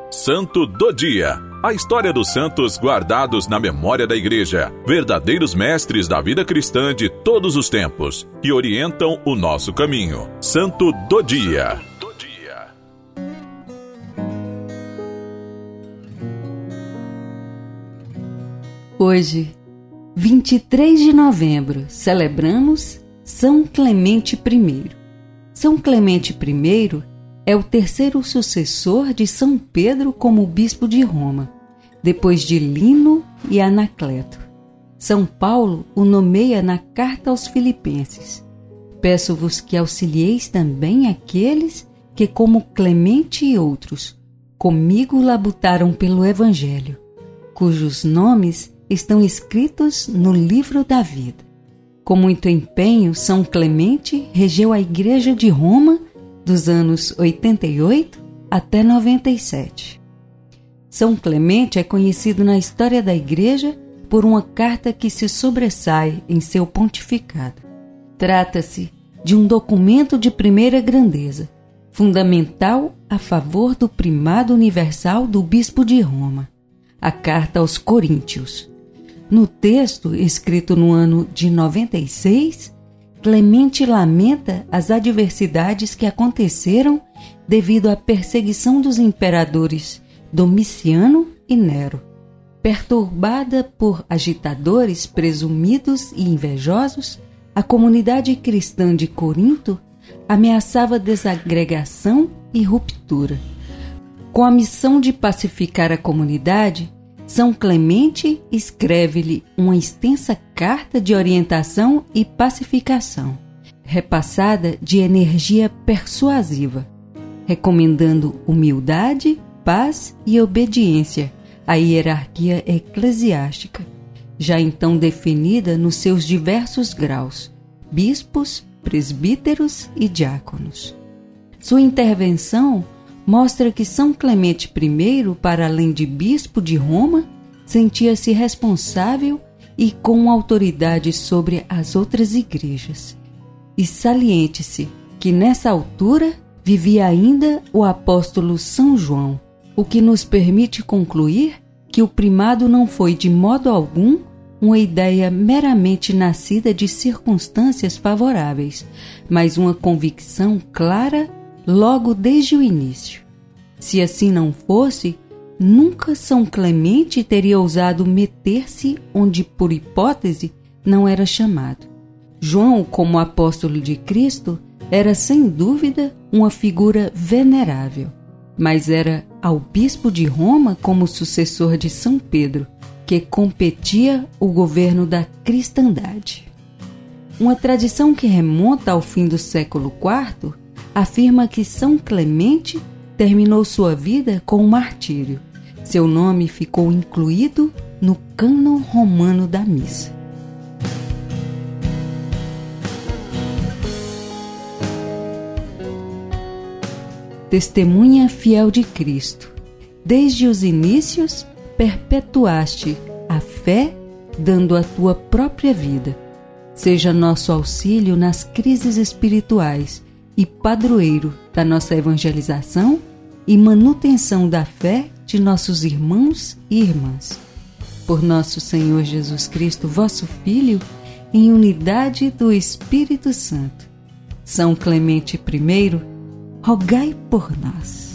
Santo do Dia. A história dos santos guardados na memória da Igreja, verdadeiros mestres da vida cristã de todos os tempos, que orientam o nosso caminho. Santo do Dia. Hoje, 23 de novembro, celebramos São Clemente I. São Clemente I é o terceiro sucessor de São Pedro como bispo de Roma, depois de Lino e Anacleto. São Paulo o nomeia na carta aos Filipenses. Peço-vos que auxilieis também aqueles que, como Clemente e outros, comigo labutaram pelo Evangelho, cujos nomes estão escritos no livro da vida. Com muito empenho, São Clemente regeu a Igreja de Roma dos anos 88 até 97. São Clemente é conhecido na história da Igreja por uma carta que se sobressai em seu pontificado. Trata-se de um documento de primeira grandeza, fundamental a favor do primado universal do bispo de Roma, a Carta aos Coríntios. No texto, escrito no ano de 96, Clemente lamenta as adversidades que aconteceram devido à perseguição dos imperadores Domiciano e Nero. Perturbada por agitadores presumidos e invejosos, a comunidade cristã de Corinto ameaçava desagregação e ruptura. Com a missão de pacificar a comunidade, São Clemente escreve-lhe uma extensa carta de orientação e pacificação, repassada de energia persuasiva, recomendando humildade, paz e obediência à hierarquia eclesiástica, já então definida nos seus diversos graus, bispos, presbíteros e diáconos. Sua intervenção mostra que São Clemente I, para além de bispo de Roma, sentia-se responsável e com autoridade sobre as outras igrejas. E saliente-se que nessa altura vivia ainda o apóstolo São João, o que nos permite concluir que o primado não foi de modo algum uma ideia meramente nascida de circunstâncias favoráveis, mas uma convicção clara logo desde o início. Se assim não fosse, nunca São Clemente teria ousado meter-se onde, por hipótese, não era chamado. João, como apóstolo de Cristo, era sem dúvida uma figura venerável, mas era ao bispo de Roma, como sucessor de São Pedro, que competia o governo da cristandade. Uma tradição que remonta ao fim do século IV afirma que São Clemente terminou sua vida com o martírio. Seu nome ficou incluído no cânon romano da missa. Testemunha fiel de Cristo, desde os inícios perpetuaste a fé, dando a tua própria vida. Seja nosso auxílio nas crises espirituais e padroeiro da nossa evangelização e manutenção da fé de nossos irmãos e irmãs. Por nosso Senhor Jesus Cristo, vosso Filho, em unidade do Espírito Santo. São Clemente I, rogai por nós.